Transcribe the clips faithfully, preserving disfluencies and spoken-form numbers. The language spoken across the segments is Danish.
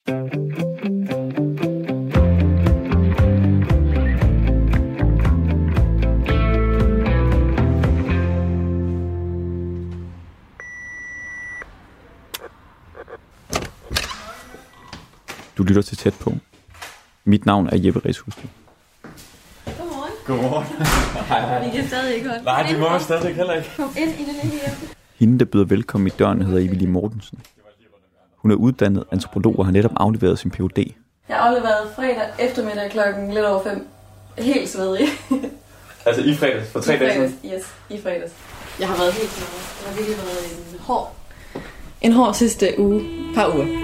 Du lytter til Tæt på. Mit navn er Jeppe Ridshusby. Godmorgen. Godmorgen. Vi kan stadig ikke holde. Nej, det må man stadig heller ikke. Kom ind i den lille hjem. Hende, der byder velkommen i døren, hedder Emilie Mortensen. Hun er uddannet antropolog og har netop afleveret sin P H D. Jeg har afleveret fredag eftermiddag klokken lidt over fem. Helt svedig. Altså i fredags? For tre dage siden? Yes, i fredags. Jeg har været helt svedig. Det har virkelig været en hård, en hård sidste uge, par uger.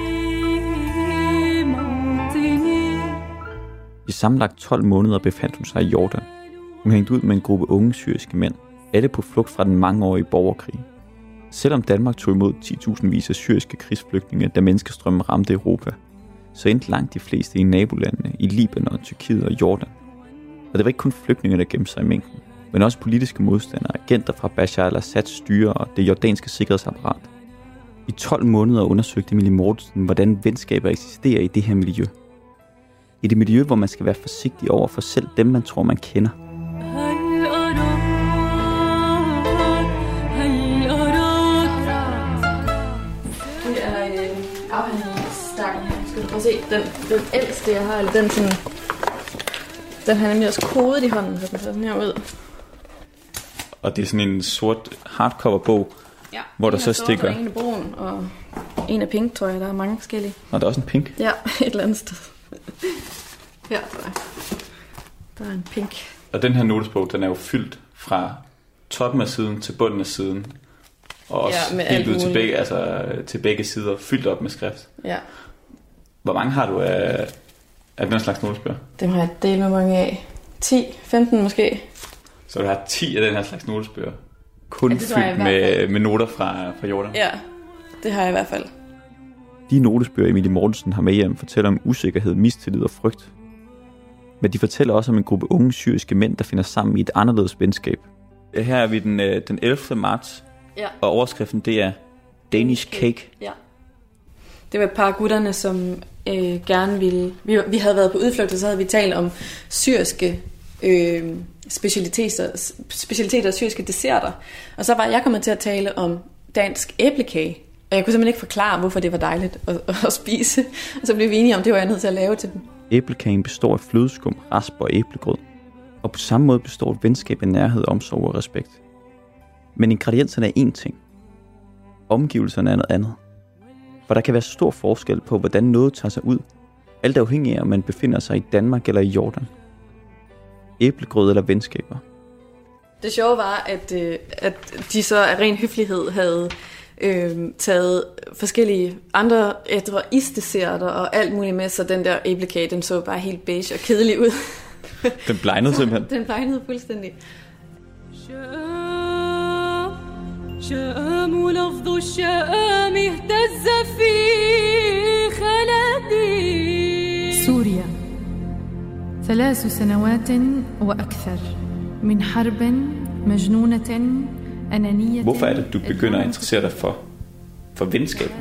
I sammenlagt tolv måneder befandt hun sig i Jordan. Hun hængte ud med en gruppe unge syriske mænd, alle på flugt fra den mangeårige borgerkrig. Selvom Danmark tog imod ti tusind vis af syriske krigsflygtninge, da menneskestrømmen ramte Europa, så endte langt de fleste i nabolandene, i Libanon, Tyrkiet og Jordan. Og det var ikke kun flygtninge, der gemte sig i mængden, men også politiske modstandere, agenter fra Bashar al-Assads styre og det jordanske sikkerhedsapparat. I tolv måneder undersøgte Emilie Mortensen, hvordan venskaber eksisterer i det her miljø. I det miljø, hvor man skal være forsigtig over for selv dem, man tror, man kender. Det er øh, afhandlingsstakken her. Skal du prøve at se, den, den ældste, jeg har, eller den sådan... Den har nemlig også kodet i hånden, så den ser sådan her ud. Og det er sådan en sort hardcover-bog, ja, hvor der så stikker... En er brun, og en er pink, tror jeg. Der er mange forskellige. Og der er også en pink? Ja, et eller andet sted. Her, der er en pink. Og den her notesbog, den er jo fyldt fra toppen af siden til bunden af siden. Og også ja, helt ud til begge, altså, til begge sider, fyldt op med skrift. Ja. Hvor mange har du af, af den slags notesbøger? Dem har jeg delt med mange af. ti, femten måske. Så du har ti af den her slags notesbøger? Kun ja, fyldt med, med noter fra, fra Jordan? Ja, det har jeg i hvert fald. De notesbøger, Emilie Mortensen har med hjem, fortæller om usikkerhed, mistillid og frygt. Men de fortæller også om en gruppe unge syriske mænd, der finder sammen i et anderledes venskab. Her er vi den, den ellevte marts, ja. Og overskriften det er Danish Cake. Ja. Det var et par af gutterne, som øh, gerne ville... Vi, vi havde været på udflugt, og så havde vi talt om syriske øh, specialiteter, specialiteter og syriske desserter. Og så var jeg kommet til at tale om dansk æblekage. Og jeg kunne simpelthen ikke forklare, hvorfor det var dejligt at, at spise. Og så blev vi enige om, det var jeg nødt til at lave til dem. Æblekagen består af flødeskum, rasper og æblegrød. Og på samme måde består et venskab af nærhed, omsorg og respekt. Men ingredienserne er én ting. Omgivelserne er noget andet. For der kan være stor forskel på, hvordan noget tager sig ud. Alt afhængig af, om man befinder sig i Danmark eller i Jordan. Æblegrød eller venskaber. Det sjove var, at, at de så af ren høflighed havde... Øh, taget forskellige andre isdesserter og alt muligt med, så den der æblekage, den så bare helt beige og kedelig ud. Den blegnede simpelthen. Den blegnede fuldstændig. سوريا ثلاث سنوات وأكثر من حرب مجنونة. Hvorfor er det, du begynder at interessere dig for, for venskaber?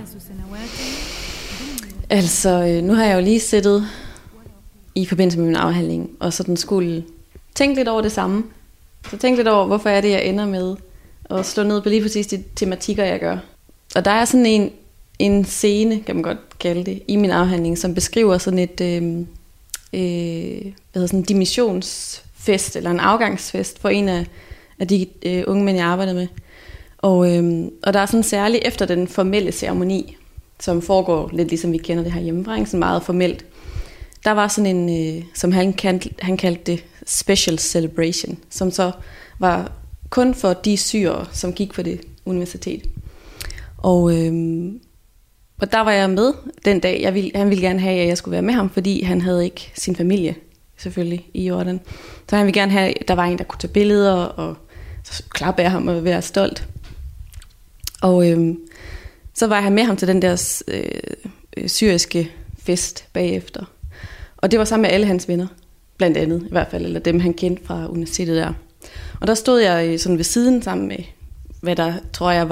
Altså, nu har jeg jo lige siddet i forbindelse med min afhandling, og så den skulle tænke lidt over det samme. Så tænke lidt over, hvorfor er det, jeg ender med at slå ned på lige præcis de tematikker, jeg gør. Og der er sådan en, en scene, kan man godt kalde det, i min afhandling, som beskriver sådan et øh, øh, hvad hedder sådan en dimissionsfest, eller en afgangsfest for en af af de øh, unge mænd, jeg arbejdede med. Og, øhm, og der er sådan særligt efter den formelle ceremoni, som foregår lidt ligesom vi kender det her hjemmefra, sådan meget formelt. Der var sådan en, øh, som han kaldte, han kaldte det, special celebration, som så var kun for de syrere, som gik på det universitet. Og, øhm, og der var jeg med den dag. Jeg ville, han ville gerne have, at jeg skulle være med ham, fordi han havde ikke sin familie, selvfølgelig, i Jordan. Så han ville gerne have, at der var en, der kunne tage billeder og så klappe af ham og være stolt. Og øhm, så var jeg med ham til den der øh, syriske fest bagefter. Og det var sammen med alle hans venner, blandt andet i hvert fald, eller dem han kendte fra universitetet der. Og der stod jeg sådan ved siden sammen med, hvad der tror jeg var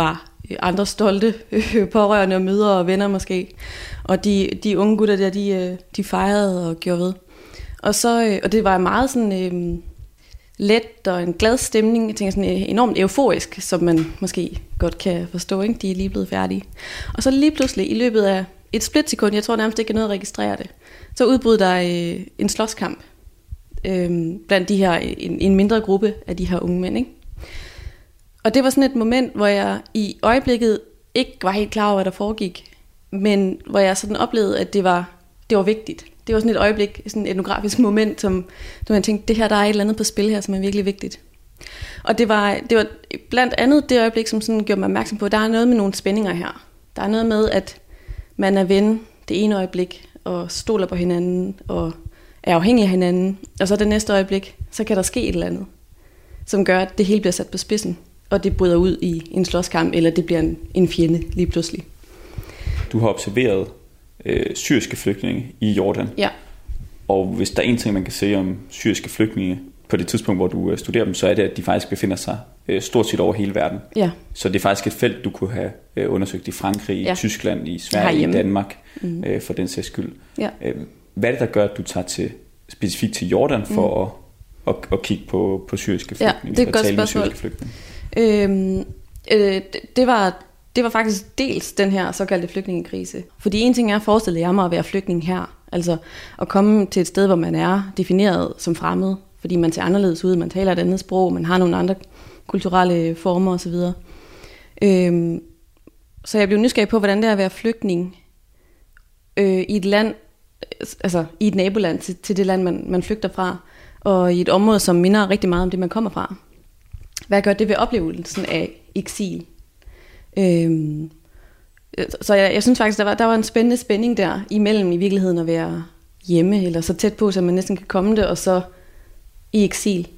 andre stolte øh, pårørende og mødre og venner måske. Og de, de unge gutter der, de, øh, de fejrede og gjorde ved. Og, så, øh, og det var meget sådan øh, let og en glad stemning. Jeg tænker sådan øh, enormt euforisk, som man måske godt kan forstå, ikke? De er lige blevet færdige. Og så lige pludselig i løbet af et splitsekund, jeg tror nærmest ikke er noget at registrere det, så udbrød der øh, en slåskamp øh, blandt de her, en, en mindre gruppe af de her unge mænd, ikke? Og det var sådan et moment, hvor jeg i øjeblikket ikke var helt klar over, hvad der foregik, men hvor jeg sådan oplevede, at det var, det var vigtigt. Det var sådan et øjeblik, sådan et etnografisk moment, som, som jeg tænkte, det her, der er et eller andet på spil her, som er virkelig vigtigt. Og det var, det var blandt andet det øjeblik, som sådan gjorde mig opmærksom på, at der er noget med nogle spændinger her. Der er noget med, at man er ven det ene øjeblik, og stoler på hinanden, og er afhængig af hinanden. Og så det næste øjeblik, så kan der ske et eller andet, som gør, at det hele bliver sat på spidsen, og det bryder ud i en slåskamp, eller det bliver en, en fjende lige pludselig. Du har observeret øh, syriske flygtninge i Jordan. Ja. Og hvis der er en ting, man kan sige om syriske flygtninge på det tidspunkt, hvor du øh, studerer dem, så er det, at de faktisk befinder sig øh, stort set over hele verden. Ja. Så det er faktisk et felt, du kunne have øh, undersøgt i Frankrig, ja. i Tyskland, i Sverige, herhjemme. I Danmark, mm. øh, for den sags skyld. Ja. Øh, hvad er det, der gør, at du tager til, specifikt til Jordan for mm. at, at, at kigge på, på syriske flygtninge? Ja, det er et godt tale spørgsmål. Med syriske flygtninge? Øhm, øh, det, det var... Det var faktisk dels den her såkaldte flygtningekrise. Fordi en ting er at forestille jer mig at være flygtning her. Altså at komme til et sted, hvor man er defineret som fremmed. Fordi man ser anderledes ud, man taler et andet sprog, man har nogle andre kulturelle former osv. Øhm, så jeg blev nysgerrig på, hvordan det er at være flygtning øh, i et land, altså i et naboland til, til det land, man, man flygter fra. Og i et område, som minder rigtig meget om det, man kommer fra. Hvad gør det ved oplevelsen af eksil? Øhm, så jeg, jeg synes faktisk, der var, der var en spændende spænding der imellem i virkeligheden at være hjemme, eller så tæt på, så man næsten kan komme det, og så i eksil.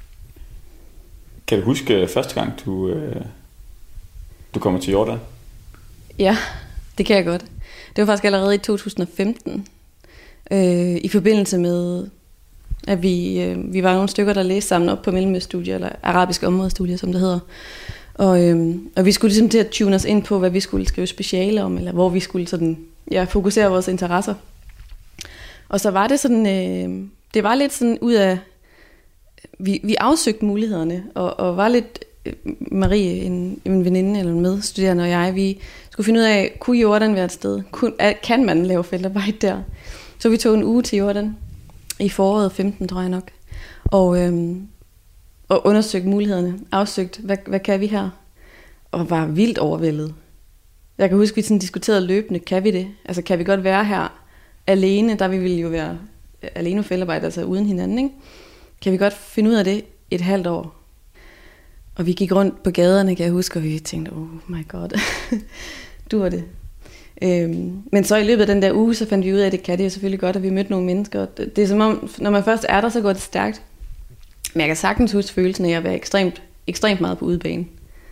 Kan du huske første gang, du, øh, du kommer til Jordan? Ja, det kan jeg godt. Det var faktisk allerede i to tusind og femten, øh, i forbindelse med, at vi, øh, vi var nogle stykker, der læste sammen op på Mellemøststudier, eller arabiske områdestudier, som det hedder. Og, øhm, og vi skulle ligesom til at tune os ind på, hvad vi skulle skrive speciale om, eller hvor vi skulle sådan, ja, fokusere vores interesser. Og så var det sådan, øh, det var lidt sådan ud af, vi, vi afsøgte mulighederne, og, og var lidt, øh, Marie, en, en veninde eller en medstuderende og jeg, vi skulle finde ud af, kunne Jordan være et sted? Kun, kan man lave feltarbejde der? Så vi tog en uge til Jordan, i foråret femten, tror jeg nok. Og... Øhm, og undersøgte mulighederne, afsøgt, hvad, hvad kan vi her? Og var vildt overvældet. Jeg kan huske, vi sådan diskuterede løbende, kan vi det? Altså, kan vi godt være her alene? Der vi ville jo være alene og feltarbejde, altså uden hinanden, ikke? Kan vi godt finde ud af det et halvt år? Og vi gik rundt på gaderne, kan jeg huske, og vi tænkte, oh my god, du var det. Øhm, men så i løbet af den der uge, så fandt vi ud af, at det kan det jo selvfølgelig godt, at vi mødte nogle mennesker. Det er som om, når man først er der, så går det stærkt. Men jeg kan sagtens huske følelsen af at være ekstremt, ekstremt meget på udebane.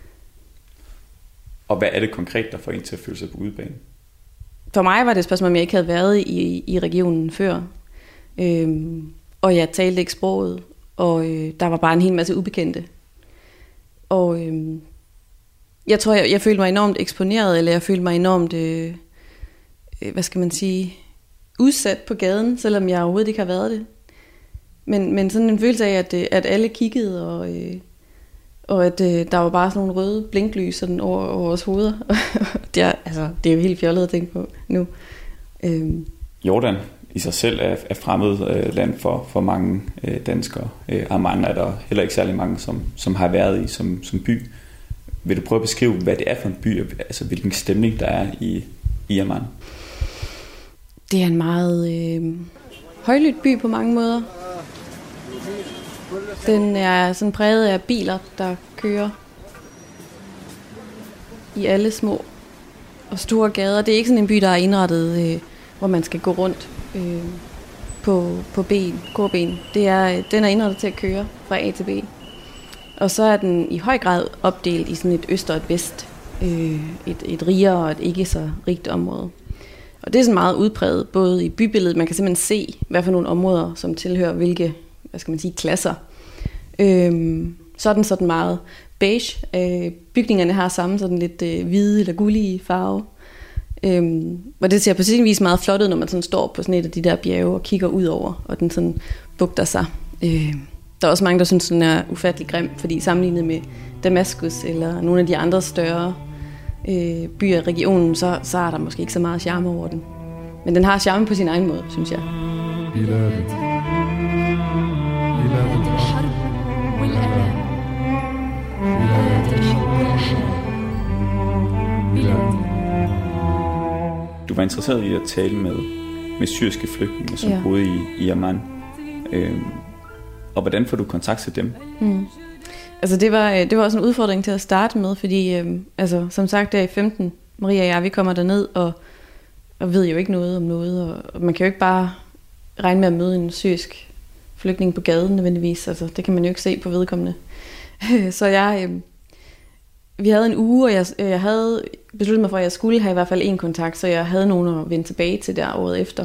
Og hvad er det konkret, der får en til at føle sig på udebane? For mig var det et spørgsmål, om jeg ikke havde været i, i regionen før. Øhm, og jeg talte ikke sproget, og øh, der var bare en hel masse ubekendte. Og øh, jeg tror, jeg, jeg følte mig enormt eksponeret, eller jeg følte mig enormt, øh, hvad skal man sige, udsat på gaden, selvom jeg overhovedet ikke har været det. Men, men sådan en følelse af, at, at alle kiggede, og, øh, og at øh, der var bare sådan nogle røde blinklys sådan over, over vores hoveder. det, er, altså, det er jo helt fjollet at tænke på nu. Øhm. Jordan i sig selv er, er fremmed øh, land for, for mange øh, danskere. Øh, Amman er der heller ikke særlig mange, som, som har været i som, som by. Vil du prøve at beskrive, hvad det er for en by, altså hvilken stemning der er i, i Amman? Det er en meget øh, højlydt by på mange måder. Den er sådan præget af biler, der kører i alle små og store gader. Det er ikke sådan en by, der er indrettet, øh, hvor man skal gå rundt øh, på, på ben, gåben. Det er, den er indrettet til at køre fra A til B. Og så er den i høj grad opdelt i sådan et øst og et vest. Øh, et, et rigere og et ikke så rigt område. Og det er sådan meget udpræget, både i bybilledet. Man kan simpelthen se, hvad for nogle områder, som tilhører hvilke, hvad skal man sige, klasser. Øhm, sådan sådan meget. beige. Øh, bygningerne har samme sådan lidt øh, hvide eller gullige farve. Øhm, og det ser på sin vis meget flot ud, når man sådan står på sådan et af de der bjerge og kigger ud over, og den sådan bugter sig. Øh, der er også mange, der synes, den er ufattelig grim, fordi sammenlignet med Damaskus eller nogle af de andre større øh, byer i regionen, så, så er der måske ikke så meget charme over den. Men den har charme på sin egen måde, synes jeg. Du var interesseret i at tale med, med syriske flygtninge, som ja. boede i, i Amman. Øhm, og hvordan får du kontakt til dem? Mm. Altså det var, det var også en udfordring til at starte med, fordi øhm, altså, som sagt, der i femten, Maria og jeg, vi kommer derned og, og ved jo ikke noget om noget. Og, og man kan jo ikke bare regne med at møde en syrisk flygtning på gaden nødvendigvis. Altså, det kan man jo ikke se på vedkommende. Så jeg... Øhm, Vi havde en uge, og jeg, jeg havde besluttet mig for, at jeg skulle have i hvert fald en kontakt, så jeg havde nogen at vende tilbage til der året efter.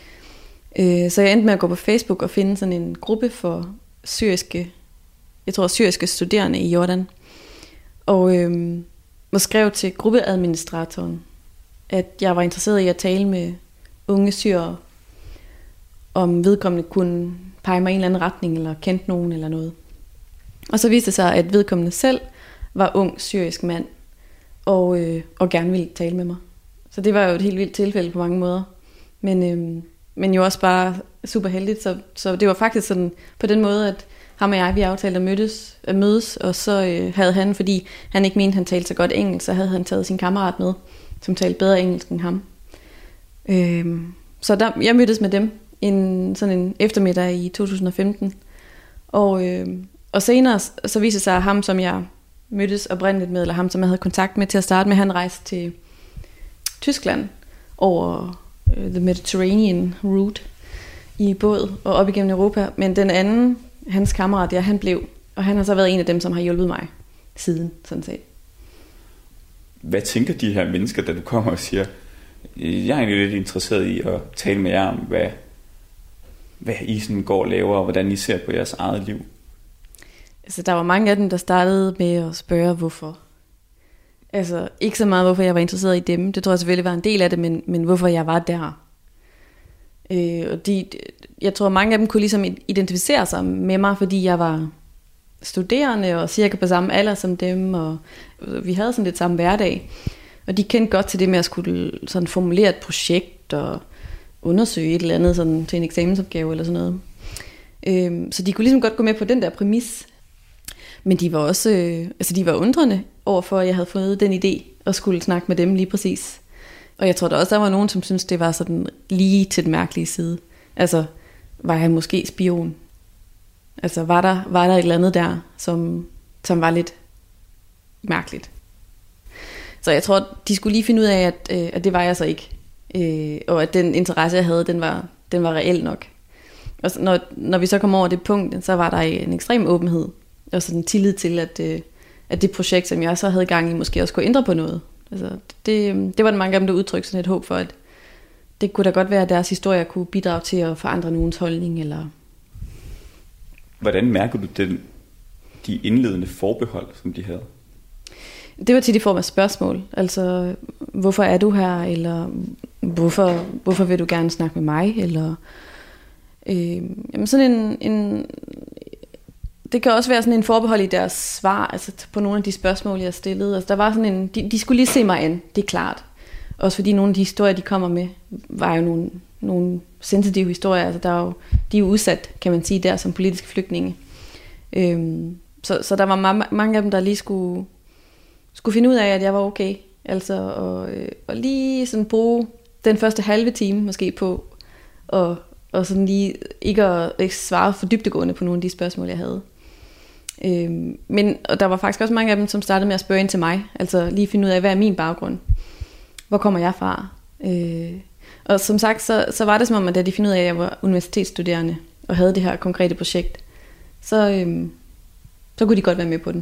Øh, så jeg endte med at gå på Facebook og finde sådan en gruppe for syriske, jeg tror syriske studerende i Jordan. Og, øh, og skrev til gruppeadministratoren, at jeg var interesseret i at tale med unge syrere, om vedkommende kunne pege mig i en eller anden retning, eller kendte nogen eller noget. Og så viste det sig, at vedkommende selv var ung syrisk mand, og, øh, og gerne ville tale med mig. Så det var jo et helt vildt tilfælde på mange måder. Men, øh, men jo også bare super heldigt. Så, så det var faktisk sådan på den måde, at ham og jeg, vi aftalte at, mødes, at mødes, og så øh, havde han, fordi han ikke mente, han talte så godt engelsk, så havde han taget sin kammerat med, som talte bedre engelsk end ham. Øh, så der, jeg mødtes med dem en, sådan en eftermiddag i to tusind og femten. Og, øh, og senere så viste det sig, at ham, som jeg mødtes oprindeligt med, eller ham, som jeg havde kontakt med til at starte med, han rejste til Tyskland over uh, the Mediterranean route i båd og op igennem Europa. Men den anden, hans kammerat, ja, han blev, og han har så været en af dem, som har hjulpet mig siden, sådan set. Hvad tænker de her mennesker, da du kommer og siger, jeg er egentlig lidt interesseret i at tale med jer om, hvad, hvad I sådan går og laver, og hvordan I ser på jeres eget liv? Altså, der var mange af dem, der startede med at spørge, hvorfor. Altså, ikke så meget, hvorfor jeg var interesseret i dem. Det tror jeg selvfølgelig var en del af det, men, men hvorfor jeg var der. Øh, og de, jeg tror, mange af dem kunne ligesom identificere sig med mig, fordi jeg var studerende og cirka på samme alder som dem, og vi havde sådan lidt samme hverdag. Og de kendte godt til det med at skulle sådan formulere et projekt og undersøge et eller andet sådan, til en eksamensopgave eller sådan noget. Øh, så de kunne ligesom godt gå med på den der præmis. Men de var også øh, altså de var undrende overfor, at jeg havde fået den idé at skulle snakke med dem lige præcis. Og jeg tror der også, der var nogen, som syntes, det var sådan lige til den mærkelige side. Altså, var jeg måske spion? Altså, var der, var der et eller andet der, som, som var lidt mærkeligt? Så jeg tror, de skulle lige finde ud af, at, øh, at det var jeg så ikke. Øh, og at den interesse, jeg havde, den var, den var reel nok. Og når, når vi så kom over det punkt, så var der en ekstrem åbenhed. Og sådan tillid til, at, øh, at det projekt, som jeg så havde gang i, måske også kunne ændre på noget. Altså, det, det var der mange af dem, der udtrykte sådan et håb for, at det kunne da godt være, at deres historie kunne bidrage til at forandre nogens holdning. Eller... Hvordan mærker du den, de indledende forbehold, som de havde? Det var tit i form af spørgsmål. Altså, hvorfor er du her? Eller hvorfor, hvorfor vil du gerne snakke med mig? Eller øh, jamen sådan en... en det kan også være sådan en forbehold i deres svar, altså på nogle af de spørgsmål, jeg stillede. Altså der var sådan en, de, de skulle lige se mig an, det er klart. Også fordi nogle af de historier, de kommer med, var jo nogle, nogle sensitive historier. Altså der er jo, de er jo udsat, kan man sige, der som politiske flygtninge. Øhm, så, så der var ma- mange af dem, der lige skulle, skulle finde ud af, at jeg var okay. Altså og, øh, og lige sådan bruge den første halve time måske på at og sådan lige ikke at ikke svare for dybdegående på nogle af de spørgsmål, jeg havde. Øhm, men og der var faktisk også mange af dem, som startede med at spørge ind til mig. Altså lige finde ud af, hvad er min baggrund? Hvor kommer jeg fra? Øh, og som sagt, så, så var det som om, at da de fandt ud af, at jeg var universitetsstuderende og havde det her konkrete projekt, så, øhm, så kunne de godt være med på den.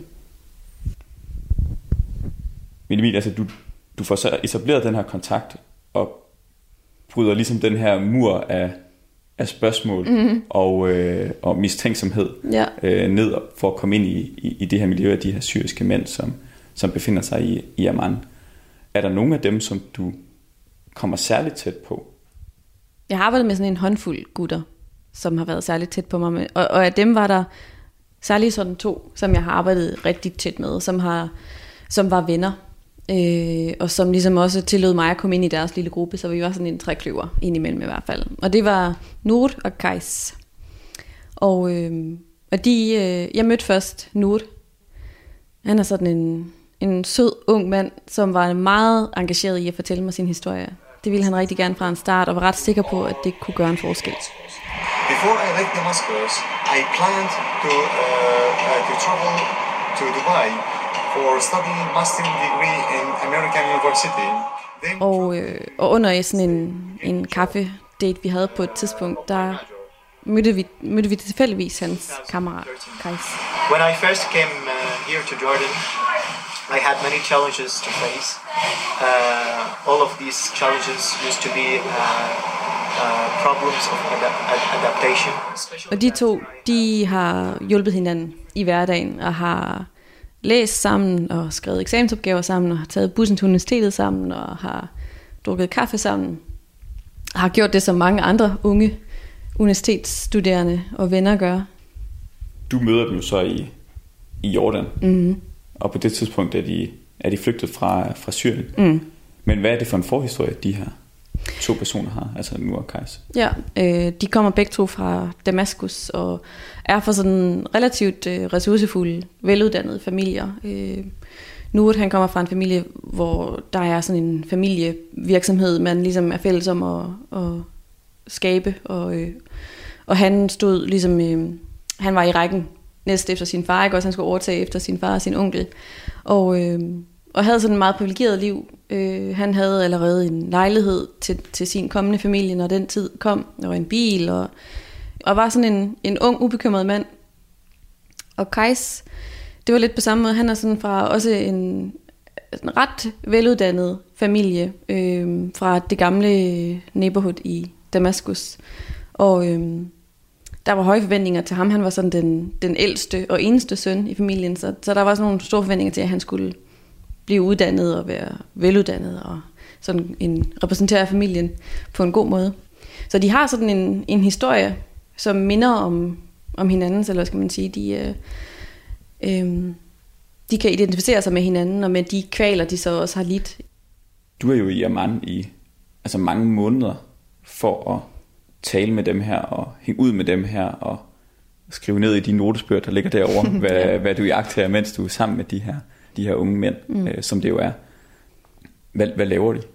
Men Emil, altså du, du får så etableret den her kontakt og bryder ligesom den her mur af af spørgsmål mm-hmm. og, øh, og mistænksomhed ja. øh, ned for at komme ind i, i, i det her miljø af de her syriske mænd, som, som befinder sig i, i Amman. Er der nogle af dem, som du kommer særligt tæt på? Jeg har arbejdet med sådan en håndfuld gutter, som har været særligt tæt på mig med. Og, og af dem var der særligt sådan to, som jeg har arbejdet rigtig tæt med, som, har, som var venner. Øh, og som ligesom også tillod mig at komme ind i deres lille gruppe, så vi var sådan en trækløver indimellem i hvert fald. Og det var Nur og Kais. Og, øh, og de, øh, jeg mødte først Nur. Han er sådan en, en sød ung mand, som var meget engageret i at fortælle mig sin historie. Det ville han rigtig gerne fra en start, og var ret sikker på, at det kunne gøre en forskel. Before I left Damascus, I planned to, uh, uh, to travel to Dubai for studying master degree in American University. Og, øh, og under sådan en, en kaffe-date, vi havde på et tidspunkt, der mødte vi, mødte vi tilfældigvis hans kammerat, Kais. When I first came uh, here to Jordan, I had many challenges to face. Uh, all of these challenges used to be uh, uh, problems of ad- adaptation. Og de to, de har hjulpet hinanden i hverdagen, og har læst sammen, og skrevet eksamensopgaver sammen, og har taget bussen til universitetet sammen, og har drukket kaffe sammen, og har gjort det, som mange andre unge universitetsstuderende og venner gør. Du møder dem jo så i, i Jordan, Mm-hmm. og på det tidspunkt er de, er de flygtet fra, fra Syrien. Mm. Men hvad er det for en forhistorie, de her to personer har, altså Nur og Kais? Ja, øh, de kommer begge to fra Damaskus, og er fra sådan relativt øh, ressourcefulde, veluddannede familier. Øh, Nur, han kommer fra en familie, hvor der er sådan en familievirksomhed, man ligesom er fælles om at, at skabe, og, øh, og han stod ligesom, øh, han var i rækken næst efter sin far, ikke? Også han skulle overtage efter sin far og sin onkel, og, øh, og havde sådan et meget privilegeret liv. Øh, han havde allerede en lejlighed til, til sin kommende familie, når den tid kom, og en bil, og, og var sådan en, en ung, ubekymret mand. Og Kais, det var lidt på samme måde, han er sådan fra også en, en ret veluddannet familie, øh, fra det gamle neighborhood i Damaskus, og øh, der var høje forventninger til ham. Han var sådan den, den ældste og eneste søn i familien, så, så der var sådan nogle store forventninger til, at han skulle blive uddannet og være veluddannet og sådan en repræsentere familien på en god måde. Så de har sådan en, en historie, som minder om, om hinandens, eller skal man sige, de, øh, øh, de kan identificere sig med hinanden, og med de kvaler, de så også har lidt. Du er jo i Amman i altså mange måneder for at tale med dem her, og hænge ud med dem her, og skrive ned i de notesbøger, der ligger derovre, hvad, ja. hvad du iagttager, mens du er sammen med de her, de her unge mænd, mm. øh, som det jo er. Hvad, hvad laver de?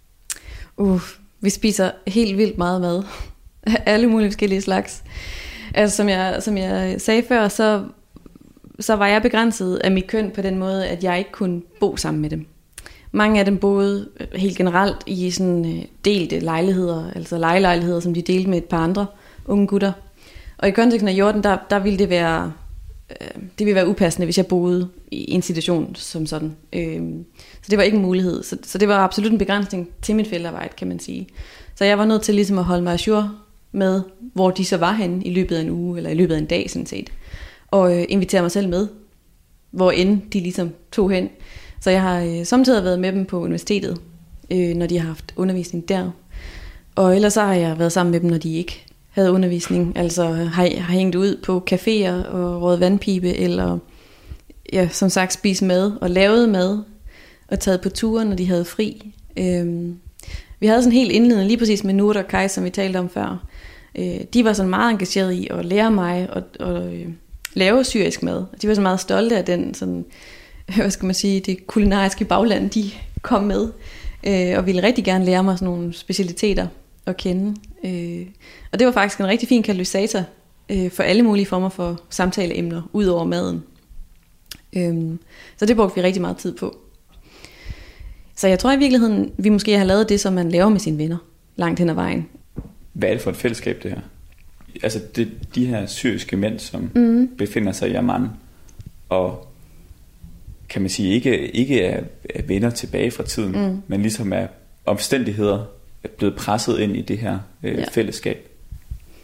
Uh, vi spiser helt vildt meget mad. Alle mulige forskellige slags. Altså, som jeg, som jeg sagde før, så, så var jeg begrænset af mit køn på den måde, at jeg ikke kunne bo sammen med dem. Mange af dem boede helt generelt i sådan delte lejligheder, altså lejelejligheder, som de delte med et par andre unge gutter. Og i konteksten af Jordan, der, der ville det være, øh, det ville være upassende, hvis jeg boede i en situation som sådan. Øh, så det var ikke en mulighed. Så, så det var absolut en begrænsning til mit feltarbejde, kan man sige. Så jeg var nødt til ligesom at holde mig ajour med, hvor de så var henne i løbet af en uge, eller i løbet af en dag sådan set. Og øh, invitere mig selv med, hvor end de ligesom tog hen. Så jeg har øh, samtidig været med dem på universitetet, øh, når de har haft undervisning der. Og ellers så har jeg været sammen med dem, når de ikke havde undervisning. Altså har, har hængt ud på caféer og røget vandpibe, eller ja, som sagt spist mad og lavet mad, og taget på ture, når de havde fri. Øh, vi havde sådan helt indledende, lige præcis med Nur og Kais, som vi talte om før. Øh, de var sådan meget engageret i at lære mig at, at øh, lave syrisk mad. De var så meget stolte af den sådan, hvad skal man sige, det kulinariske bagland, de kom med, øh, og ville rigtig gerne lære mig sådan nogle specialiteter at kende. Øh, og det var faktisk en rigtig fin katalysator øh, for alle mulige former for samtaleemner, ud over maden. Øh, så det brugte vi rigtig meget tid på. Så jeg tror i virkeligheden, vi måske har lavet det, som man laver med sine venner, langt hen ad vejen. Hvad er det for et fællesskab, det her? Altså det, de her syriske mænd, som mm. befinder sig i Amman, og kan man sige, ikke, ikke er, er venner tilbage fra tiden, mm. men ligesom er omstændigheder er blevet presset ind i det her øh, ja. fællesskab.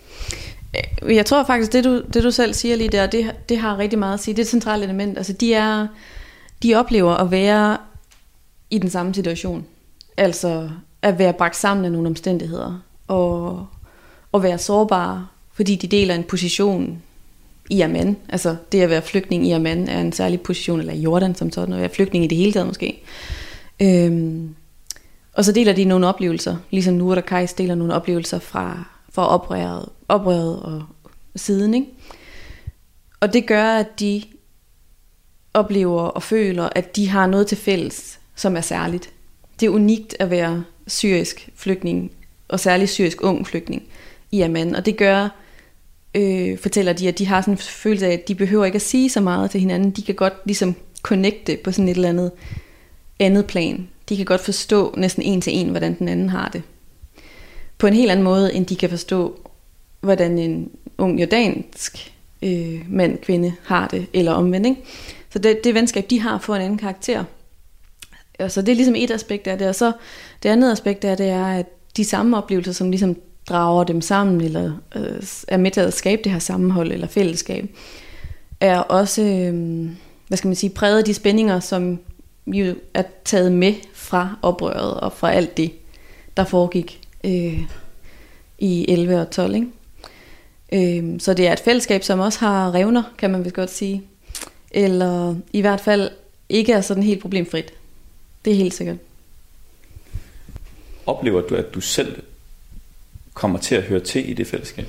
Jeg tror faktisk, det du, det du selv siger lige der, det, det har rigtig meget at sige. Det er et centralt element. Altså, de, er, de oplever at være i den samme situation. Altså at være bragt sammen af nogle omstændigheder. Og, og være sårbare, fordi de deler en position i Amman. Altså det at være flygtning i Amman er en særlig position, eller i Jordan som sådan, at være flygtning i det hele taget måske. Øhm, og så deler de nogle oplevelser, ligesom Nur og Kajs deler nogle oplevelser fra, fra oprøret, oprøret og siden, ikke? Og det gør, at de oplever og føler, at de har noget til fælles, som er særligt. Det er unikt at være syrisk flygtning, og særligt syrisk ung flygtning i Amman. Og det gør, øh, fortæller de, at de har sådan en følelse af, at de behøver ikke at sige så meget til hinanden. De kan godt ligesom connecte på sådan et eller andet andet plan. De kan godt forstå næsten en til en, hvordan den anden har det. På en helt anden måde, end de kan forstå, hvordan en ung jordansk øh, mand, kvinde har det, eller omvendt, ikke? Så det, det venskab, de har, får en anden karakter. Og så det er ligesom et aspekt af det. Og så det andet aspekt af det er, at de samme oplevelser, som ligesom drager dem sammen, eller øh, er med til at skabe det her sammenhold, eller fællesskab, er også, øh, hvad skal man sige, præget af de spændinger, som jo er taget med fra oprøret, og fra alt det, der foregik øh, i elleve og tolv, ikke? Øh, så det er et fællesskab, som også har revner, kan man vist godt sige. Eller i hvert fald ikke er sådan helt problemfrit. Det er helt sikkert. Oplever du, at du selv kommer til at høre til i det fællesskab?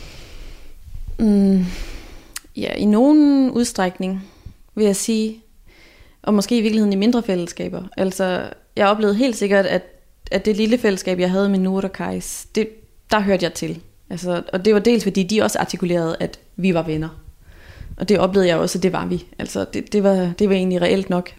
Mm, ja, i nogen udstrækning, vil jeg sige. Og måske i virkeligheden i mindre fællesskaber. Altså, jeg oplevede helt sikkert, at, at det lille fællesskab, jeg havde med Nur og Kajs, det, der hørte jeg til. Altså, og det var dels, fordi de også artikulerede, at vi var venner. Og det oplevede jeg også, at det var vi. Altså, det, det, var, det var egentlig reelt nok.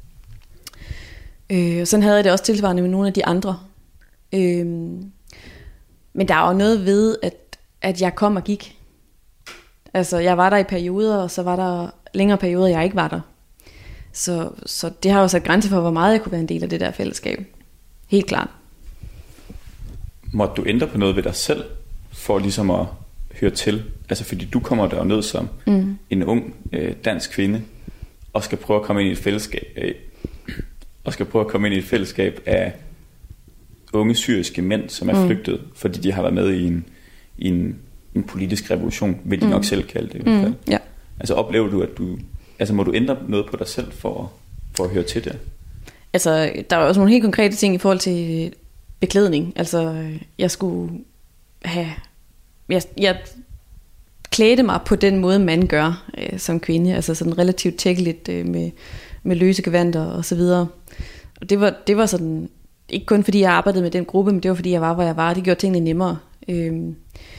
Øh, sådan havde jeg det også tilsvarende med nogle af de andre. Øh, men der er jo noget ved, at, at jeg kom og gik. Altså, jeg var der i perioder, og så var der længere perioder, jeg ikke var der. Så, så det har jo sat grænser for, hvor meget jeg kunne være en del af det der fællesskab. Helt klart. Måtte du ændre på noget ved dig selv, for ligesom at høre til? Altså fordi du kommer der ned som mm. en ung øh, dansk kvinde, og skal prøve at komme ind i et fællesskab, øh, og skal prøve at komme ind i et fællesskab af unge syriske mænd, som er mm. flygtet, fordi de har været med i en, i en, en politisk revolution, vil de mm. nok selv kalde det i hvert fald. Mm. Ja. Altså oplever du, at du, altså må du ændre noget på dig selv for, for at høre til det? Altså, der er også nogle helt konkrete ting i forhold til beklædning. Altså, jeg skulle have, jeg, jeg klædte mig på den måde, man gør øh, som kvinde, altså sådan relativt tækkeligt øh, med, med løse gevanter og så videre. Og det var, det var sådan, ikke kun fordi jeg arbejdede med den gruppe, men det var fordi jeg var, hvor jeg var. Det gjorde tingene nemmere. Øhm.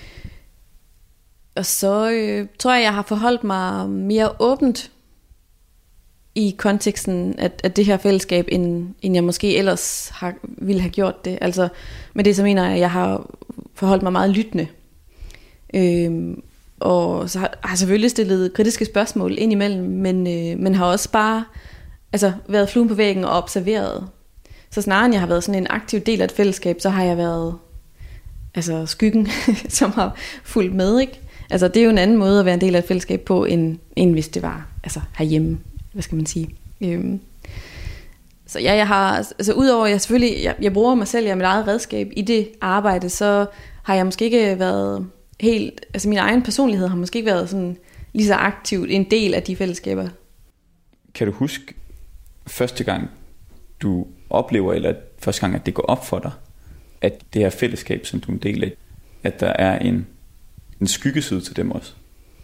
Og så øh, tror jeg, jeg har forholdt mig mere åbent i konteksten af, af det her fællesskab, end, end jeg måske ellers har, ville have gjort det. Altså, med det så mener jeg, at jeg har forholdt mig meget lyttende. Øhm, og så har, har selvfølgelig stillet kritiske spørgsmål ind imellem, men, øh, men har også bare altså, været fluen på væggen og observeret. Så snarere end jeg har været sådan en aktiv del af et fællesskab, så har jeg været altså, skyggen, som har fulgt med, ikke? Altså, det er jo en anden måde at være en del af et fællesskab på, end, end hvis det var altså, herhjemme. Hvad skal man sige? Øhm. Så ja, jeg har, altså udover jeg selvfølgelig, jeg, jeg bruger mig selv, jeg er mit eget redskab i det arbejde, så har jeg måske ikke været helt, altså min egen personlighed har måske ikke været sådan lige så aktivt en del af de fællesskaber. Kan du huske første gang, du oplever, eller første gang, at det går op for dig, at det her fællesskab, som du er en del af, at der er en, en skyggeside til dem også?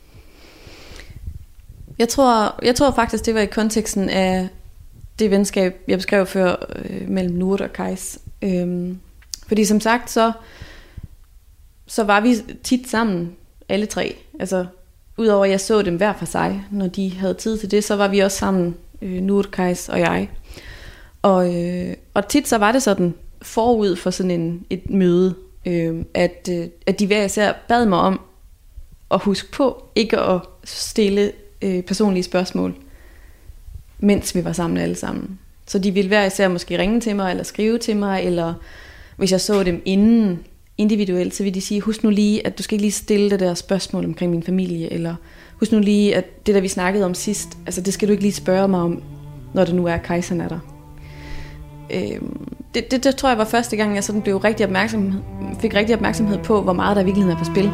Jeg tror, jeg tror faktisk, det var i konteksten af det venskab, jeg beskrev før øh, mellem Nur og Kajs. Øhm, fordi som sagt, så, så var vi tit sammen, alle tre. Altså, udover at jeg så dem hver for sig, når de havde tid til det, så var vi også sammen, øh, Nur, Kajs og jeg. Og, øh, og tit så var det sådan, forud for sådan en, et møde, øh, at, øh, at de hver især bad mig om at huske på, ikke at stille øh, personlige spørgsmål, mens vi var sammen alle sammen. Så de ville hver især måske ringe til mig, eller skrive til mig, eller hvis jeg så dem inden, individuelt, så vil de sige, husk nu lige, at du skal ikke lige stille det der spørgsmål omkring min familie, eller husk nu lige, at det der vi snakkede om sidst, altså det skal du ikke lige spørge mig om, når det nu er kejsernatter. Øhm, det, det, det tror jeg var første gang, jeg sådan blev rigtig opmærksom, fik rigtig opmærksomhed på, hvor meget der i virkeligheden er på spil.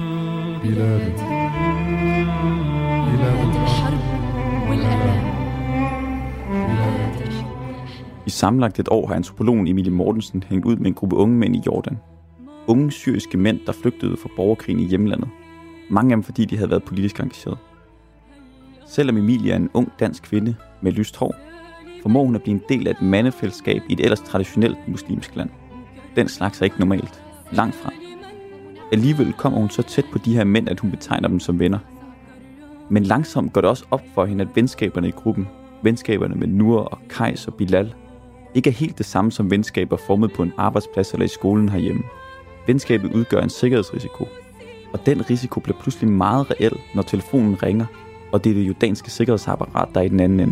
I sammenlagt et år har antropologen Emilie Mortensen hængt ud med en gruppe unge mænd i Jordan. Unge syriske mænd, der flygtede fra borgerkrigen i hjemlandet. Mange af dem, fordi de havde været politisk engageret. Selvom Emilie er en ung dansk kvinde med lyst hår, formår hun at blive en del af et mandefællesskab i et ellers traditionelt muslimsk land. Den slags er ikke normalt. Langt fra. Alligevel kommer hun så tæt på de her mænd, at hun betegner dem som venner. Men langsomt går det også op for hende, at venskaberne i gruppen, venskaberne med Nur og Kajs og Bilal, ikke er helt det samme som venskaber formet på en arbejdsplads eller i skolen herhjemme. Venskabet udgør en sikkerhedsrisiko. Og den risiko bliver pludselig meget reel, når telefonen ringer, og det er det jordanske sikkerhedsapparat, der er i den anden ende.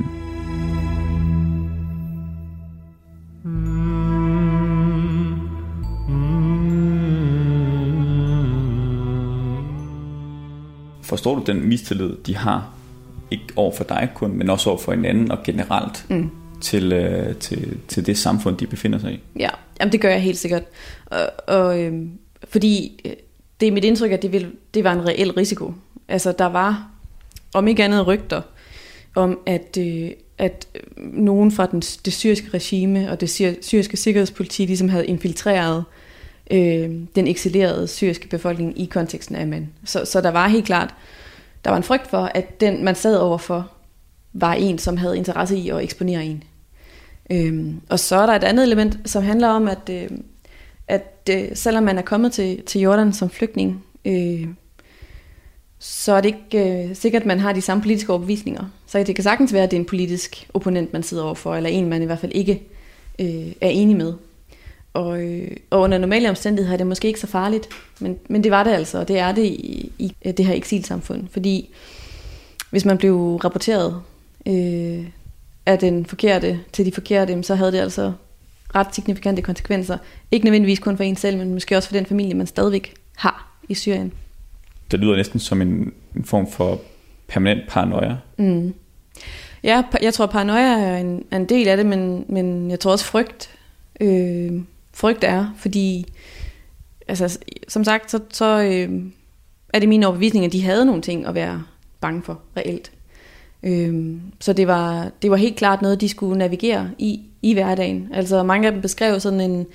Forstår du den mistillid, de har, ikke over for dig kun, men også over for hinanden og generelt mm. til, øh, til, til det samfund, de befinder sig i? Ja, jamen, det gør jeg helt sikkert. Og, og, øh, fordi det er mit indtryk, at det, ville, det var en reel risiko. Altså, der var, om ikke andet, rygter om, at, øh, at nogen fra den, det syriske regime og det syriske sikkerhedspoliti ligesom havde infiltreret øh, den eksilerede syriske befolkning i konteksten af Amman. Så, så der var helt klart, der var en frygt for, at den, man sad overfor, var en, som havde interesse i at eksponere en. Øhm, og så er der et andet element, som handler om, at, øh, at øh, selvom man er kommet til, til Jordan som flygtning, øh, så er det ikke øh, sikkert, at man har de samme politiske overbevisninger. Så det kan sagtens være, at det er en politisk opponent, man sidder overfor, eller en, man i hvert fald ikke øh, er enig med. Og, øh, og under normale omstændigheder er det måske ikke så farligt, men, men det var det altså, og det er det i, i det her eksilsamfund. Fordi hvis man blev rapporteret øh, af den forkerte til de forkerte, så havde det altså ret signifikante konsekvenser. Ikke nødvendigvis kun for en selv, men måske også for den familie, man stadigvæk har i Syrien. Det lyder næsten som en, en form for permanent paranoia. Mm. Ja, jeg tror, paranoia er en, er en del af det, men, men jeg tror også frygt. Øh, frygt er, fordi altså, som sagt, så, så øh, er det min overbevisning, at de havde nogle ting at være bange for reelt. Øh, så det var, det var helt klart noget, de skulle navigere i, i hverdagen. Altså mange af dem beskrev sådan en,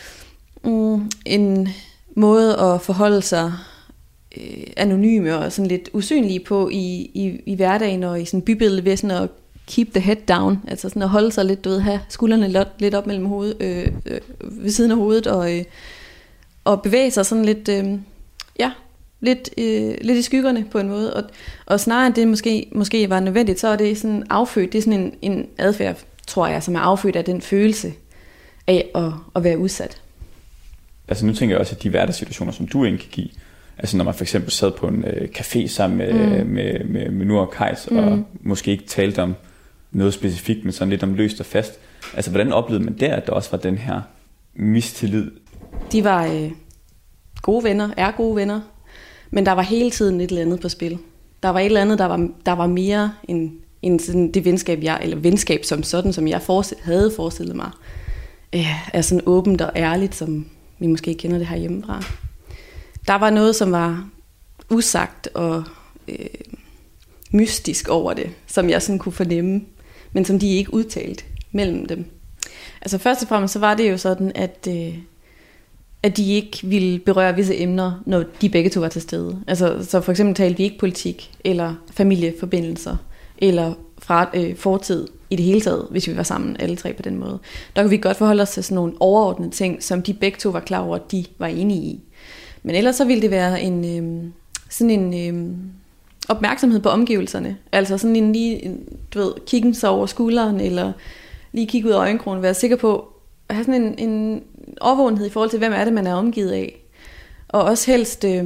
mm, en måde at forholde sig øh, anonyme og sådan lidt usynlige på i, i, i hverdagen og i sådan bybillede ved sådan at keep the head down, altså sådan at holde sig lidt, du ved, have skuldrene lidt op mellem hovedet, øh, øh, ved siden af hovedet, og, øh, og bevæge sig sådan lidt, øh, ja, lidt, øh, lidt i skyggerne på en måde, og, og snarere end det måske, måske var nødvendigt, så er det sådan affødt, det er sådan en, en adfærd, tror jeg, som er affødt af den følelse af at, at være udsat. Altså nu tænker jeg også, at de hverdagssituationer, som du egentlig kan give, altså når man for eksempel sad på en øh, café sammen med, mm. med, med, med Nur og Kajs, mm. og måske ikke talte om noget specifikt, men sådan lidt om løst og fast. Altså, hvordan oplevede man der, at der også var den her mistillid? De var øh, gode venner, er gode venner, men der var hele tiden et eller andet på spil. Der var et eller andet, der var, der var mere end, end sådan det venskab, jeg, eller venskab som sådan, som jeg forestil, havde forestillet mig, øh, er sådan åbent og ærligt, som vi måske kender det her hjemmefra. Der var noget, som var usagt og øh, mystisk over det, som jeg sådan kunne fornemme, men som de ikke udtalte mellem dem. Altså først og fremmest så var det jo sådan, at, øh, at de ikke ville berøre visse emner, når de begge to var til stede. Altså, så for eksempel talte vi ikke politik, eller familieforbindelser, eller fra, øh, fortid i det hele taget, hvis vi var sammen alle tre på den måde. Der kunne vi godt forholde os til sådan nogle overordnede ting, som de begge to var klar over, at de var enige i. Men ellers så ville det være en, øh, sådan en øh, opmærksomhed på omgivelserne. Altså sådan en lige, du ved, kiggen sig over skulderen, eller lige kigge ud af øjenkrogen, være sikker på at have sådan en, en overvågenhed i forhold til, hvem er det, man er omgivet af. Og også helst, øh,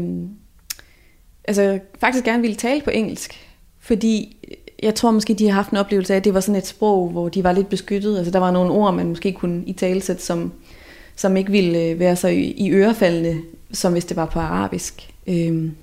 altså faktisk gerne ville tale på engelsk, fordi jeg tror måske, de har haft en oplevelse af, at det var sådan et sprog, hvor de var lidt beskyttet. Altså der var nogle ord, man måske kunne italesætte, som, som ikke ville øh, være så i, i ørefaldende, som hvis det var på arabisk. Øhm.